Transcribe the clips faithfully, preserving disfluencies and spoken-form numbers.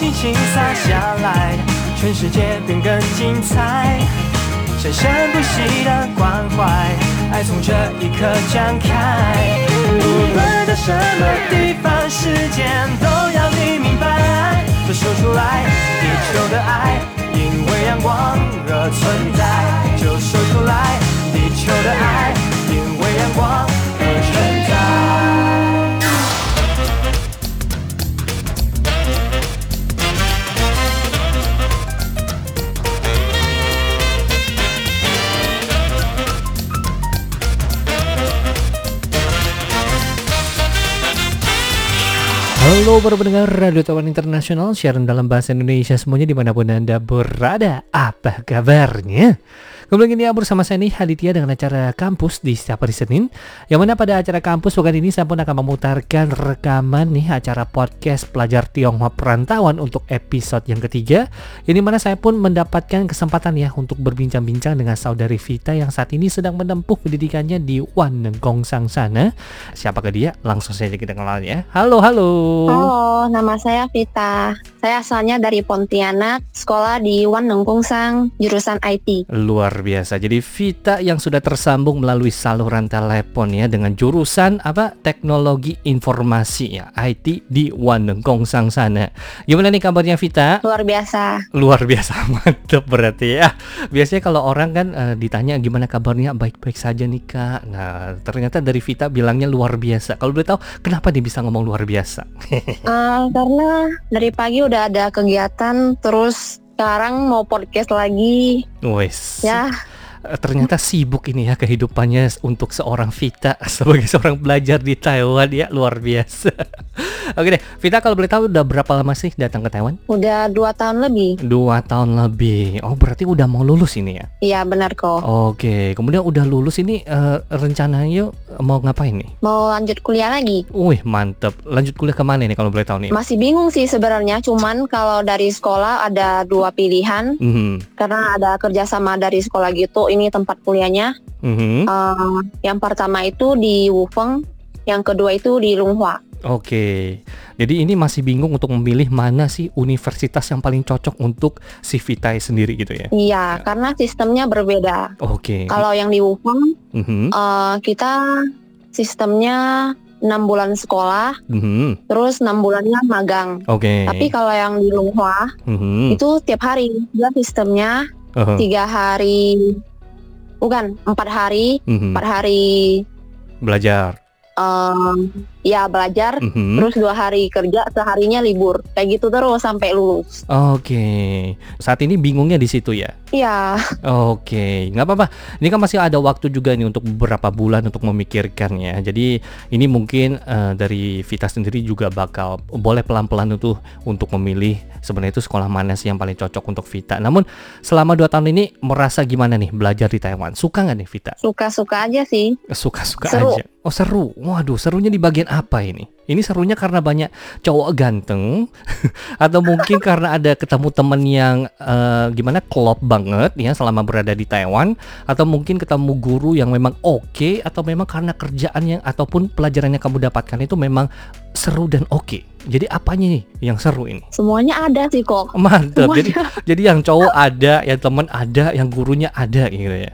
一起洒下来，全世界变更精彩。生生不息的关怀，爱从这一刻展开。无论到什么地方，时间都要你明白。都说出来，地球的爱因为阳光而存在。就说出来，地球的爱因为阳光而存在。 Halo para pendengar Radio Taiwan Internasional, siaran dalam bahasa Indonesia semuanya dimanapun Anda berada. Apa kabarnya? Kembali ini bersama saya nih Haditya dengan acara kampus di setiap hari Senin. Yang mana pada acara kampus pekan ini saya pun akan memutarkan rekaman nih acara podcast pelajar Tionghoa perantauan untuk episode yang ketiga. Yang mana saya pun mendapatkan kesempatan ya untuk berbincang-bincang dengan saudari Vita yang saat ini sedang menempuh pendidikannya di Wan Nengkongsang sana. Siapakah dia? Langsung saja kita kenal ya. Halo, halo. Halo, nama saya Vita. Saya asalnya dari Pontianak, sekolah di Wan Nengkongsang, jurusan I T. Luar biasa. Jadi Vita yang sudah tersambung melalui saluran telepon ya dengan jurusan apa? Teknologi Informasi ya, I T di Wan Nengkongsang sana. Gimana nih kabarnya Vita? Luar biasa. Luar biasa, mantap berarti ya. Biasanya kalau orang kan uh, ditanya gimana kabarnya, baik-baik saja nih Kak. Nah, ternyata dari Vita bilangnya luar biasa. Kalau boleh tahu kenapa dia bisa ngomong luar biasa? uh, karena dari pagi udah ada kegiatan, terus sekarang mau podcast lagi. Wes. Ya. Ternyata sibuk ini ya kehidupannya untuk seorang Vita sebagai seorang pelajar di Taiwan ya, luar biasa. Oke deh, Vita kalau boleh tahu udah berapa lama sih datang ke Taiwan? Udah dua tahun lebih. Dua tahun lebih. Oh berarti udah mau lulus ini ya? Iya benar kok. Oke, kemudian udah lulus ini uh, rencananya mau ngapain nih? Mau lanjut kuliah lagi. Wih mantep. Lanjut kuliah kemana nih kalau boleh tahu nih? Masih bingung sih sebenarnya, cuman kalau dari sekolah ada dua pilihan. Mm-hmm. Karena ada kerjasama dari sekolah gitu. Ini tempat kuliahnya. Mm-hmm. Uh, yang pertama itu di Wufeng, yang kedua itu di Lunghua. Oke, jadi ini masih bingung untuk memilih mana sih universitas yang paling cocok untuk si Vita sendiri gitu ya? Iya, ya. Karena sistemnya berbeda. Oke. Kalau yang di Wufeng, mm-hmm. uh, kita sistemnya enam bulan sekolah, mm-hmm. terus enam bulannya magang. Oke. Tapi kalau yang di Lunghua, mm-hmm. itu tiap hari. Dia sistemnya uh-huh. tiga hari, bukan empat hari, mm-hmm. empat hari belajar. Um, ya belajar, mm-hmm. terus dua hari kerja, seharinya libur, kayak gitu terus sampai lulus. Oke, saat ini bingungnya di situ ya? Iya. Oke, nggak apa-apa. Ini kan masih ada waktu juga nih untuk beberapa bulan untuk memikirkannya. Jadi ini mungkin uh, dari Vita sendiri juga bakal boleh pelan-pelan itu untuk memilih sebenarnya itu sekolah mana sih yang paling cocok untuk Vita. Namun selama dua tahun ini merasa gimana nih belajar di Taiwan? Suka nggak nih Vita? Suka-suka aja sih. Suka-suka seru. aja. Oh seru. Waduh, serunya di bagian apa ini? Ini serunya karena banyak cowok ganteng atau mungkin karena ada ketemu temen yang uh, gimana klop banget ya selama berada di Taiwan, atau mungkin ketemu guru yang memang oke okay, atau memang karena kerjaan yang ataupun pelajaran yang kamu dapatkan itu memang seru dan oke. Okay. Jadi apanya nih yang seru ini? Semuanya ada sih kok. Mantap. Jadi jadi yang cowok ada, yang temen ada, yang gurunya ada gitu ya.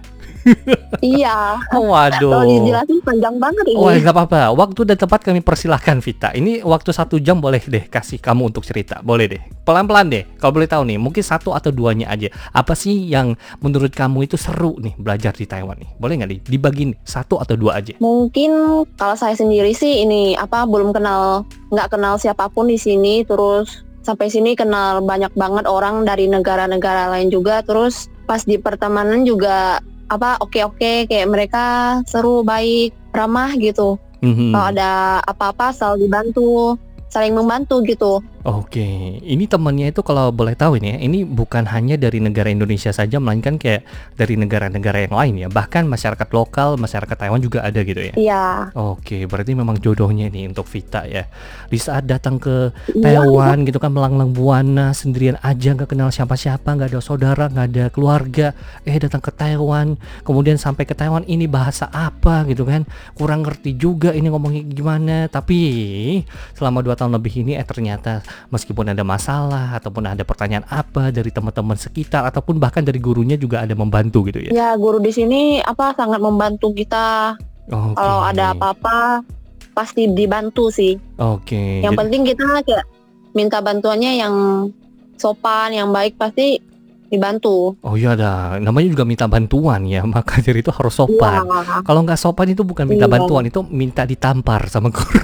Iya. Oh, waduh. Kalau dijelasin panjang banget ini. Oh nggak apa-apa. Waktu udah tepat kami persilahkan Vita. Ini waktu satu jam boleh deh kasih kamu untuk cerita. Boleh deh. Pelan-pelan deh. Kalau boleh tahu nih, mungkin satu atau duanya aja. Apa sih yang menurut kamu itu seru nih belajar di Taiwan nih? Boleh nggak nih dibagi nih, satu atau dua aja? Mungkin kalau saya sendiri sih ini apa belum kenal, nggak kenal siapapun di sini. Terus sampai sini kenal banyak banget orang dari negara-negara lain juga. Terus pas di pertemanan juga apa oke-oke kayak mereka seru, baik, ramah gitu. Mm-hmm. Kalau ada apa-apa selalu dibantu, saling membantu gitu. Oke, ini temannya itu kalau boleh tahu ini ya, ini bukan hanya dari negara Indonesia saja, melainkan kayak dari negara-negara yang lain ya, bahkan masyarakat lokal, masyarakat Taiwan juga ada gitu ya? Iya. Oke, berarti memang jodohnya nih untuk Vita ya. Di saat datang ke Taiwan gitu kan, melanglang buana sendirian aja, nggak kenal siapa-siapa, nggak ada saudara, nggak ada keluarga, eh datang ke Taiwan, kemudian sampai ke Taiwan ini bahasa apa gitu kan, kurang ngerti juga ini ngomongnya gimana, tapi selama dua tahun lebih ini eh ternyata meskipun ada masalah ataupun ada pertanyaan apa dari teman-teman sekitar ataupun bahkan dari gurunya juga ada membantu gitu ya? Ya, guru di sini apa sangat membantu kita. Oke. Kalau ada apa-apa pasti dibantu sih. Oke. Yang Jadi- penting kita kayak minta bantuannya yang sopan, yang baik pasti dibantu. Oh iya, ada namanya juga minta bantuan ya, maka dari itu harus sopan. Iya. Kalau nggak sopan itu bukan minta Iya. bantuan, itu minta ditampar sama guru.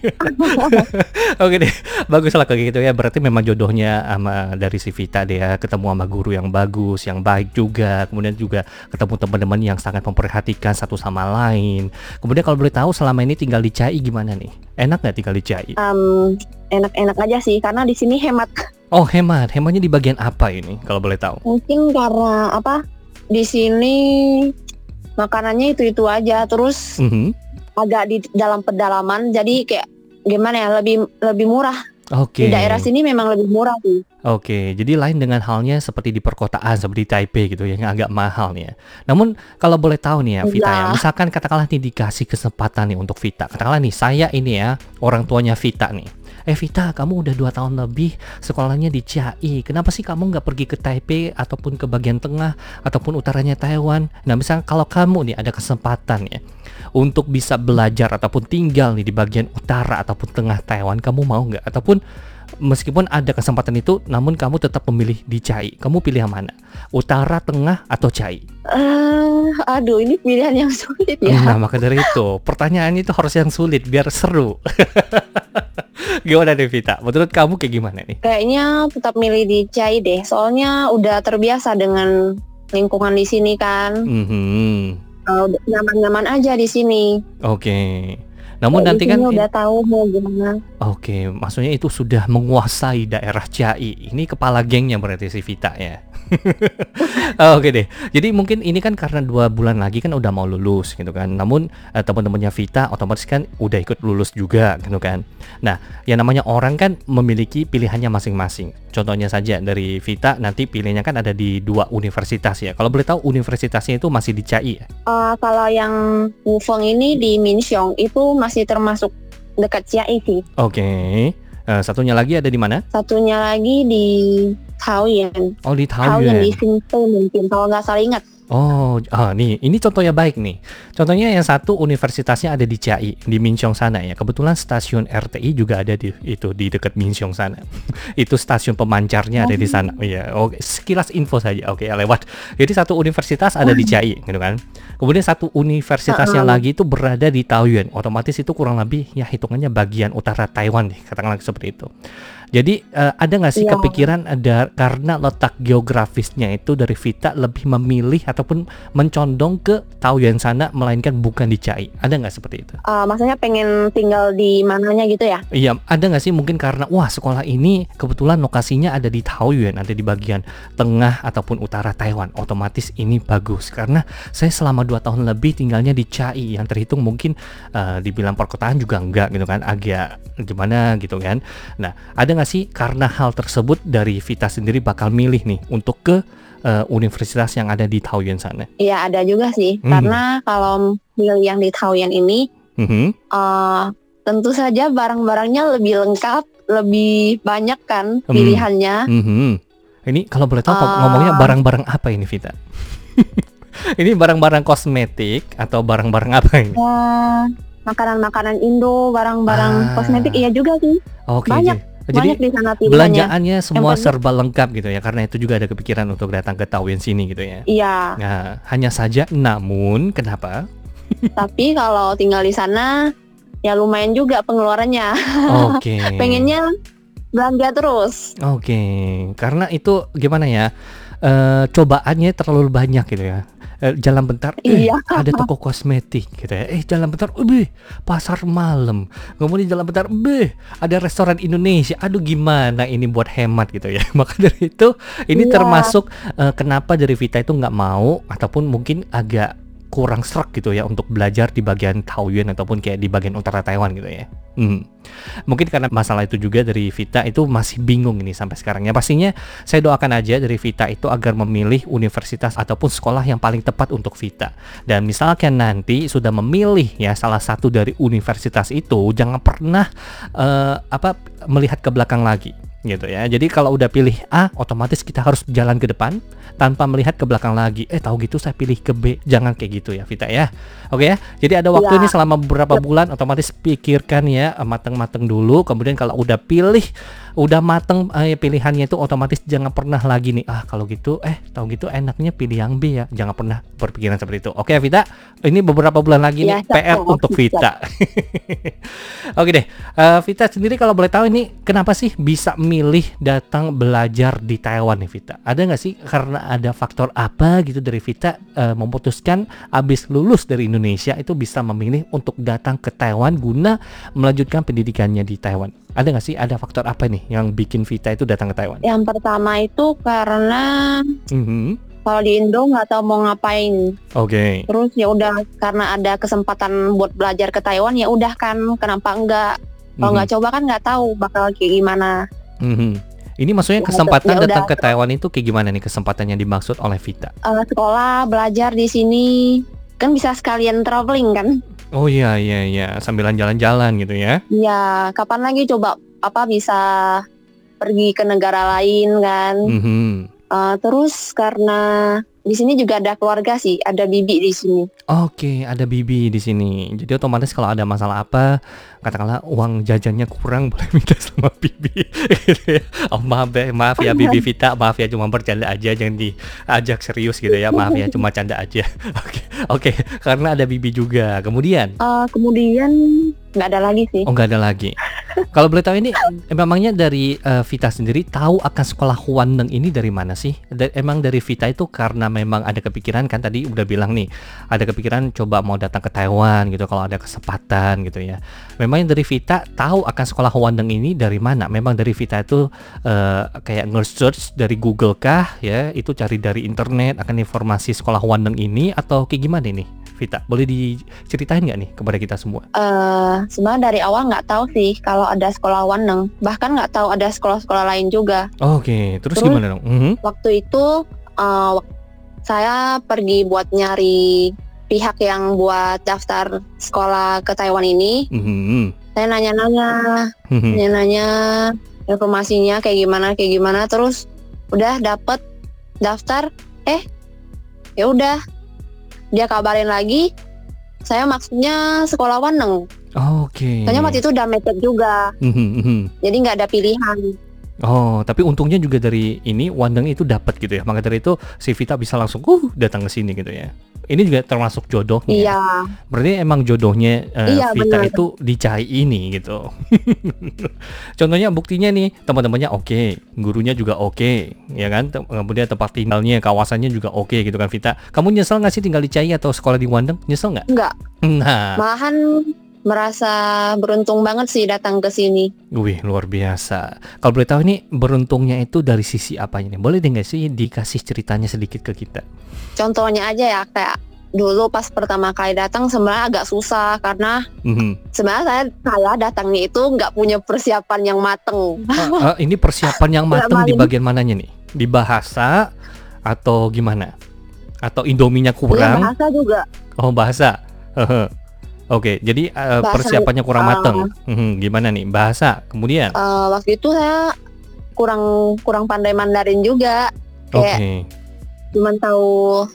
Oke deh, bagus lah kayak gitu ya. Berarti memang jodohnya sama dari si Vita deh ya, ketemu sama guru yang bagus, yang baik juga. Kemudian juga ketemu teman-teman yang sangat memperhatikan satu sama lain. Kemudian kalau boleh tahu selama ini tinggal di C A I gimana nih? Enak nggak tinggal di C A I? Em, enak-enak aja sih karena di sini hemat. Oh hemat, hematnya di bagian apa ini kalau boleh tahu? Mungkin karena apa? Di sini makanannya itu-itu aja, terus Mhm. agak di dalam pedalaman, jadi kayak gimana ya, lebih lebih murah. Oke. Di daerah sini memang lebih murah sih. Oke, jadi lain dengan halnya seperti di perkotaan seperti Taipei gitu ya, yang agak mahal nih ya. Namun kalau boleh tahu nih ya Vita ya, Iya. misalkan katakanlah nih dikasih kesempatan nih untuk Vita, katakanlah nih saya ini ya orang tuanya Vita nih. Eh Vita, kamu udah dua tahun lebih sekolahnya di C A I. Kenapa sih kamu nggak pergi ke Taipei ataupun ke bagian tengah ataupun utaranya Taiwan? Nah, misalnya kalau kamu nih ada kesempatan ya untuk bisa belajar ataupun tinggal nih di bagian utara ataupun tengah Taiwan, kamu mau nggak? Ataupun meskipun ada kesempatan itu, namun kamu tetap memilih di C A I. Kamu pilih yang mana? Utara, tengah, atau C A I? Eh, aduh, ini pilihan yang sulit ya. Nah, maka dari itu, pertanyaannya itu harus yang sulit biar seru. Gimana deh Vita? Menurut kamu kayak gimana nih? Kayaknya tetap milih di C A I deh, soalnya udah terbiasa dengan lingkungan di sini kan. Mhm. Eh, udah nyaman-nyaman aja di sini. Oke. Namun Kayak nanti di kan sini udah tahu mau gimana. Oke, maksudnya itu sudah menguasai daerah C A I. Ini kepala gengnya berarti si Vita ya. Oke deh. Jadi mungkin ini kan karena dua bulan lagi kan udah mau lulus gitu kan. Namun eh, teman-temannya Vita otomatis kan udah ikut lulus juga gitu kan. Nah, yang namanya orang kan memiliki pilihannya masing-masing. Contohnya saja dari Vita nanti pilihannya kan ada di dua universitas ya. Kalau boleh tahu universitasnya itu masih di C A I ya? Eh, kalau yang Wufeng ini di Minxiong itu masih termasuk dekat C A I sih. Oke. Eh, satunya lagi ada di mana? Satunya lagi di Taoyuan. Oh, di Taoyuan di Taoyuan. Xinzhou mungkin kalau nggak salah ingat. Oh, ah, nih, ini contohnya baik nih. Contohnya yang satu universitasnya ada di C A I, di Minxiong sana ya. Kebetulan stasiun R T I juga ada di itu di dekat Minxiong sana. Itu stasiun pemancarnya ada di sana. Iya, oke. Sekilas info saja. Oke, lewat. Jadi satu universitas ada di C A I, gitu kan. Kemudian satu universitas yang lagi itu berada di Taoyuan. Otomatis itu kurang lebih ya hitungannya bagian utara Taiwan deh, katakanlah seperti itu. Jadi eh, ada nggak sih Iya. kepikiran ada karena letak geografisnya itu dari Vita lebih memilih ataupun mencondong ke Taoyuan sana melainkan bukan di C A I? Ada nggak seperti itu? Eh, maksudnya pengen tinggal di mananya gitu ya? Iya, ada nggak sih mungkin karena wah sekolah ini kebetulan lokasinya ada di Taoyuan, ada di bagian tengah ataupun utara Taiwan. Otomatis ini bagus karena saya selama dua tahun lebih tinggalnya di C A I yang terhitung mungkin eh, dibilang perkotaan juga enggak gitu kan, agak gimana gitu kan. Nah, ada nggak sih karena hal tersebut dari Vita sendiri bakal milih nih untuk ke eh, universitas yang ada di Taoyuan sana? Iya ada juga sih. Hmm. Karena kalau milih yang di Taoyuan ini Mhm. eh, tentu saja barang-barangnya lebih lengkap, lebih banyak kan Hmm. pilihannya. Mhm. Ini kalau boleh tahu Ah. ngomongnya barang-barang apa ini Vita? Ini barang-barang kosmetik atau barang-barang apa ini? Ya, makanan-makanan Indo, barang-barang Ah. kosmetik iya juga sih. Oke, Banyak, jadi, jadi Banyak di sana pilihannya. belanjaannya semua penting- serba lengkap gitu ya, karena itu juga ada kepikiran untuk datang ke Taoyuan sini gitu ya. Iya, Nah, hanya saja namun kenapa? tapi kalau tinggal di sana ya lumayan juga pengeluarannya. Oke. Pengennya belanja terus. Oke, karena itu gimana ya? Eh, cobaannya terlalu banyak gitu ya. Eh, jalan bentar, eh, Iya. ada toko kosmetik gitu ya. Eh, jalan bentar, beh, pasar malam. Kemudian jalan bentar, beh, ada restoran Indonesia. Aduh, gimana ini buat hemat gitu ya. Maka dari itu, ini Iya. termasuk eh, kenapa dari Vita itu nggak mau ataupun mungkin agak kurang serak gitu ya untuk belajar di bagian Taoyuan ataupun kayak di bagian utara Taiwan gitu ya. Hmm. Mungkin karena masalah itu juga dari Vita itu masih bingung ini sampai sekarang ya. Pastinya saya doakan aja dari Vita itu agar memilih universitas ataupun sekolah yang paling tepat untuk Vita. Dan misalkan nanti sudah memilih ya salah satu dari universitas itu, jangan pernah uh, apa melihat ke belakang lagi gitu ya. Jadi kalau udah pilih A, otomatis kita harus jalan ke depan tanpa melihat ke belakang lagi. Eh tahu gitu saya pilih ke B. Jangan kayak gitu ya Vita ya. Oke ya. Jadi ada waktu Ya. ini selama beberapa bulan, otomatis pikirkan ya, mateng-mateng dulu. Kemudian kalau udah pilih, udah mateng eh, pilihannya itu, otomatis jangan pernah lagi nih, ah kalau gitu eh tahu gitu enaknya pilih yang B ya. Jangan pernah berpikiran seperti itu. Oke ya Vita. Ini beberapa bulan lagi Ya, nih P R siap, untuk siap. Vita. Oke deh. Uh, Vita sendiri kalau boleh tahu ini kenapa sih bisa milih datang belajar di Taiwan nih Vita? Ada nggak sih karena ada faktor apa gitu dari Vita uh, memutuskan abis lulus dari Indonesia itu bisa memilih untuk datang ke Taiwan guna melanjutkan pendidikannya di Taiwan? Ada nggak sih, ada faktor apa nih yang bikin Vita itu datang ke Taiwan? Yang pertama itu karena Mhm. kalau di Indo nggak tahu mau ngapain. Oke. Terus ya udah karena ada kesempatan buat belajar ke Taiwan, ya udah kan, kenapa enggak? Kalau Mhm. nggak coba kan nggak tahu bakal kayak gimana. Mhm. Ini maksudnya Ya, kesempatan ya udah. datang ke Taiwan itu kayak gimana nih kesempatan yang dimaksud oleh Vita? Eh, sekolah belajar di sini kan bisa sekalian traveling kan? Oh iya iya iya, sambilan jalan-jalan gitu ya. Ya kapan lagi coba apa bisa pergi ke negara lain kan? Mhm. Eh, terus karena di sini juga ada keluarga sih, ada bibi di sini. Oke, ada bibi di sini. Jadi otomatis kalau ada masalah apa, katakanlah uang jajannya kurang, boleh minta sama bibi. Gitu ya. Oh maaf deh, maaf ya bibi Vita, maaf ya cuma bercanda aja, jangan diajak serius gitu ya. Maaf ya cuma canda aja. Oke, oke, karena ada bibi juga. Kemudian, Eh, kemudian nggak ada lagi sih. oh nggak ada lagi. Kalau boleh tahu ini, emangnya dari eh, Vita sendiri tahu akan sekolah Huandeng ini dari mana sih? Da- emang dari Vita itu karena memang ada kepikiran kan tadi udah bilang nih, ada kepikiran coba mau datang ke Taiwan gitu kalau ada kesempatan gitu ya. Memang dari Vita tahu akan sekolah Huandeng ini dari mana? Memang dari Vita itu eh, kayak nge-search dari Google kah ya? Itu cari dari internet akan informasi sekolah Huandeng ini atau kayak gimana nih? Vita, boleh diceritain nggak nih kepada kita semua? Eh, sebenarnya dari awal nggak tahu sih kalau ada sekolah Waneng, bahkan nggak tahu ada sekolah-sekolah lain juga. Oke, terus, Terus? gimana dong? Mhm. Waktu itu eh, wak- saya pergi buat nyari pihak yang buat daftar sekolah ke Taiwan ini. Mhm. Saya nanya-nanya, Mhm. nanya-nanya informasinya kayak gimana, kayak gimana. Terus udah dapet daftar, eh ya udah dia kabarin lagi. Saya maksudnya sekolah Waneng. Oke. Soalnya waktu itu udah mepet juga, Mhm, mhm. jadi nggak ada pilihan. Oh, tapi untungnya juga dari ini Wandeng itu dapat gitu ya. Maka dari itu si Vita bisa langsung uh datang ke sini gitu ya. Ini juga termasuk jodohnya. Iya, Berarti emang jodohnya eh, Iya, Vita benar. itu dicari ini gitu. Contohnya buktinya nih, teman-temannya oke, gurunya juga oke, ya kan? Tem- Kemudian tempat tinggalnya, kawasannya juga oke gitu kan Vita. Kamu nyesel nggak sih tinggal di Cai atau sekolah di Wandeng? Nyesel nggak? nggak. Nah, Malahan merasa beruntung banget sih datang ke sini. wih luar biasa. Kalau boleh tahu ini beruntungnya itu dari sisi apanya nih? Boleh deh nggak sih dikasih ceritanya sedikit ke kita? Contohnya aja ya, kayak dulu pas pertama kali datang sebenarnya agak susah karena Mhm. sebenarnya saya saya datangnya itu nggak punya persiapan yang mateng. Ah, ah, ini persiapan yang Nggak mateng di main. bagian mananya nih? Di bahasa atau gimana? Atau Indominya Iya, kurang? bahasa juga. Oh bahasa. Hehe. Oke, jadi eh, Bahasa, persiapannya kurang uh, mateng. Mhm, gimana nih bahasa? Kemudian, Eh, waktu itu saya kurang kurang pandai Mandarin juga, kayak oke, cuman tahu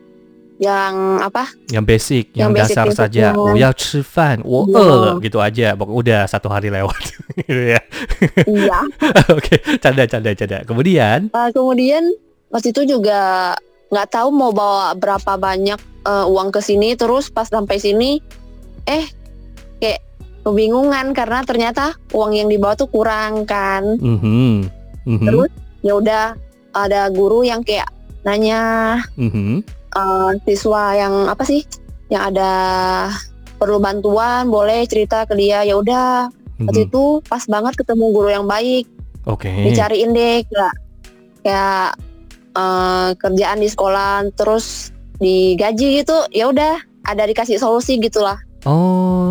yang apa? yang basic, yang, Yang dasar basic-basic saja. yang- Oh ya, 吃饭, 我 Iya. 饿了, gitu aja. Pokoknya udah satu hari lewat, gitu ya. Iya. Oke, canda, canda, canda. Kemudian, Uh, kemudian waktu itu juga nggak tahu mau bawa berapa banyak uh, uang ke sini. Terus pas sampai sini, eh kayak kebingungan karena ternyata uang yang dibawa tuh kurang kan. mhm, mhm, Terus ya udah ada guru yang kayak nanya mhm, uh, siswa yang apa sih, yang ada perlu bantuan boleh cerita ke dia. Ya udah waktu mhm. itu pas banget ketemu guru yang baik. Oke, Dicariin deh kayak kayak eh, kerjaan di sekolah, terus digaji gitu. Ya udah ada dikasih solusi gitulah. oh,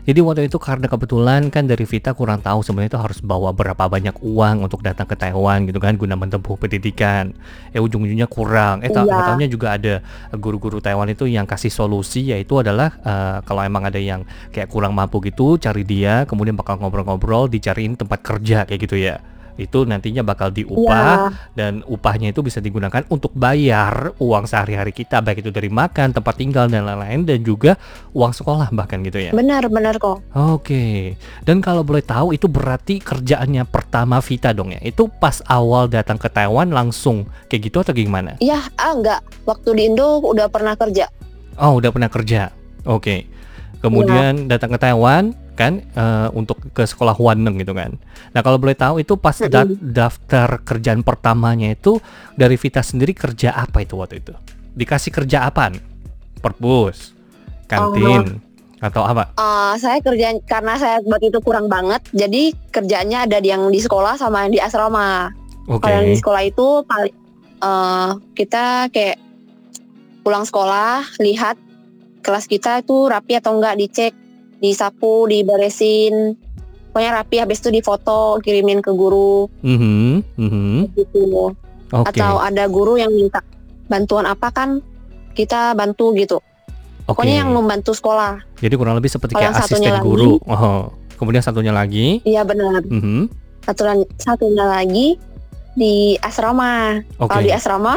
Jadi waktu itu karena kebetulan kan dari Vita kurang tahu sebenarnya itu harus bawa berapa banyak uang untuk datang ke Taiwan gitu kan, guna menempuh pendidikan. Eh ujung-ujungnya kurang. Eh tak Iya. tahunya juga ada guru-guru Taiwan itu yang kasih solusi, yaitu adalah eh, kalau emang ada yang kayak kurang mampu gitu, cari dia, kemudian bakal ngobrol-ngobrol, dicariin tempat kerja kayak gitu ya. Itu nantinya bakal diupah, Iya. dan upahnya itu bisa digunakan untuk bayar uang sehari-hari kita, baik itu dari makan, tempat tinggal dan lain-lain, dan juga uang sekolah bahkan gitu ya. Benar, benar kok. Oke. Dan kalau boleh tahu itu berarti kerjaannya pertama Vita dong ya. Itu pas awal datang ke Taiwan langsung kayak gitu atau gimana? Iya, ah enggak. Waktu di Indo udah pernah kerja. Oh, udah pernah kerja. Oke. Kemudian datang ke Taiwan kan eh, untuk ke sekolah Huaneng gitu kan. Nah, kalau boleh tahu itu pas da- daftar kerjaan pertamanya itu dari Vita sendiri kerja apa itu waktu itu? Dikasih kerja apaan? Perpus, kantin, atau apa? Uh, saya kerja karena saya waktu itu kurang banget, jadi kerjaannya ada di yang di sekolah sama yang di asrama. Oke. Kalau yang di sekolah itu paling uh, kita kayak pulang sekolah, lihat kelas kita itu rapi atau enggak, dicek, disapu, diberesin, pokoknya rapi. Habis itu difoto, kirimin ke guru Mhm, mhm. gitu. Oke. Atau ada guru yang minta bantuan apa kan kita bantu gitu. Oke. Pokoknya yang membantu sekolah. Jadi kurang lebih seperti Kalau kayak yang satunya asisten lagi- guru. Oh. Kemudian satunya lagi. Iya benar. Mhm. Satu satunya lagi di asrama. Oke. Kalau di asrama,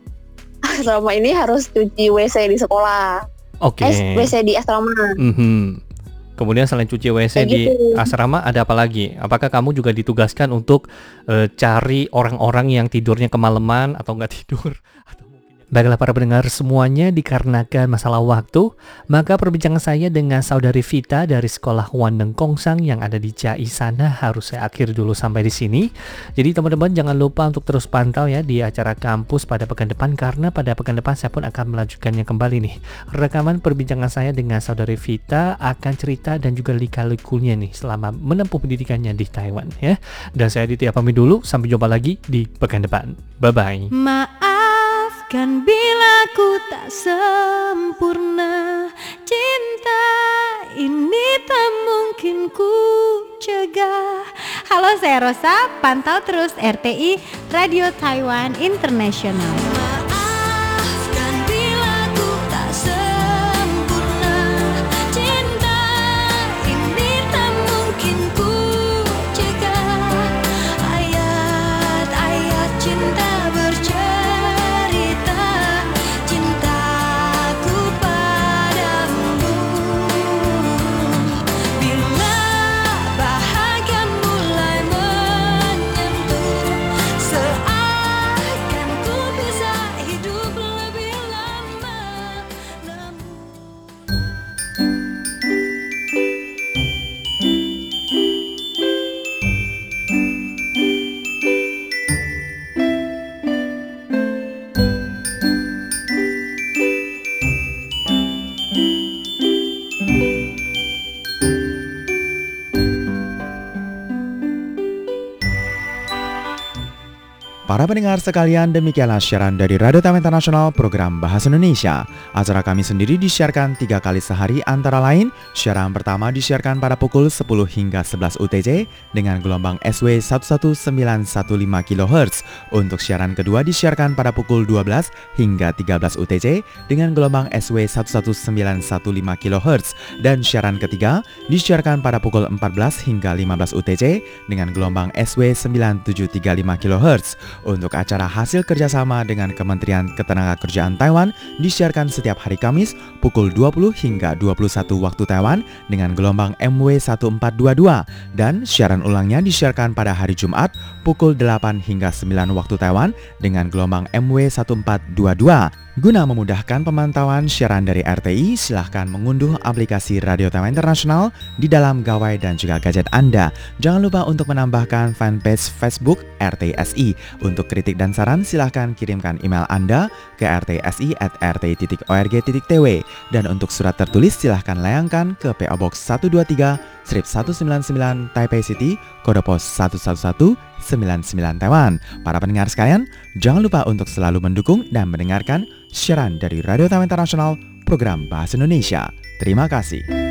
asrama ini harus cuci W C di sekolah. Oke. Eh, W C di asrama. Mhm. Kemudian selain cuci W C Kayak di gitu. asrama ada apa lagi? Apakah kamu juga ditugaskan untuk eh, cari orang-orang yang tidurnya kemalaman atau nggak tidur? Atau mungkin yang- Baiklah para pendengar semuanya, dikarenakan masalah waktu, maka perbincangan saya dengan saudari Vita dari sekolah Huaneng Kongsang yang ada di Chiayi sana harus saya akhiri dulu sampai di sini. Jadi teman-teman jangan lupa untuk terus pantau ya di acara kampus pada pekan depan, karena pada pekan depan saya pun akan melanjutkannya kembali nih. Rekaman perbincangan saya dengan saudari Vita akan cerita dan juga lika-likunya nih selama menempuh pendidikannya di Taiwan ya. Dan saya Aditya pamit dulu, sampai jumpa lagi di pekan depan. Bye-bye. Maafkan bila ku tak sempurna, cinta ini tak mungkin ku cegah. Halo, saya Rosa, pantau terus R T I Radio Taiwan International. Maafkan bila ku tak sempurna, cinta ini tak mungkin ku cegah. Ayat-ayat cinta bercerita, cintaku padamu. Bila bahagia mulai menyentuh, seakan ku bisa hidup lebih lama. Namun Para pendengar sekalian, demikianlah siaran dari Radio Taiwan Internasional program Bahasa Indonesia. Acara kami sendiri disiarkan tiga kali sehari, antara lain siaran pertama disiarkan pada pukul sepuluh hingga sebelas U T C dengan gelombang S W satu satu sembilan satu lima kilohertz. Untuk siaran kedua disiarkan pada pukul dua belas hingga tiga belas U T C dengan gelombang S W satu satu sembilan satu lima kilohertz. Dan siaran ketiga disiarkan pada pukul empat belas hingga lima belas U T C dengan gelombang S W sembilan tujuh tiga lima kilohertz. Untuk acara hasil kerjasama dengan Kementerian Ketenagakerjaan Taiwan disiarkan setiap hari Kamis pukul dua puluh hingga dua puluh satu waktu Taiwan dengan gelombang M W satu empat dua dua, dan siaran ulangnya disiarkan pada hari Jumat pukul delapan hingga sembilan waktu Taiwan dengan gelombang M W satu empat dua dua. Guna memudahkan pemantauan siaran dari R T I, silahkan mengunduh aplikasi Radio Taiwan Internasional di dalam gawai dan juga gadget Anda. Jangan lupa untuk menambahkan fanpage Facebook R T I S I. Untuk kritik dan saran, silahkan kirimkan email Anda ke r t s i at r t i titik org titik t w. Dan untuk surat tertulis, silahkan layangkan ke P O Box satu dua tiga, strip seratus sembilan puluh sembilan, Taipei City, kode pos satu satu satu sembilan sembilan Taiwan. Para pendengar sekalian, jangan lupa untuk selalu mendukung dan mendengarkan siaran dari Radio Taiwan Internasional program Bahasa Indonesia. Terima kasih.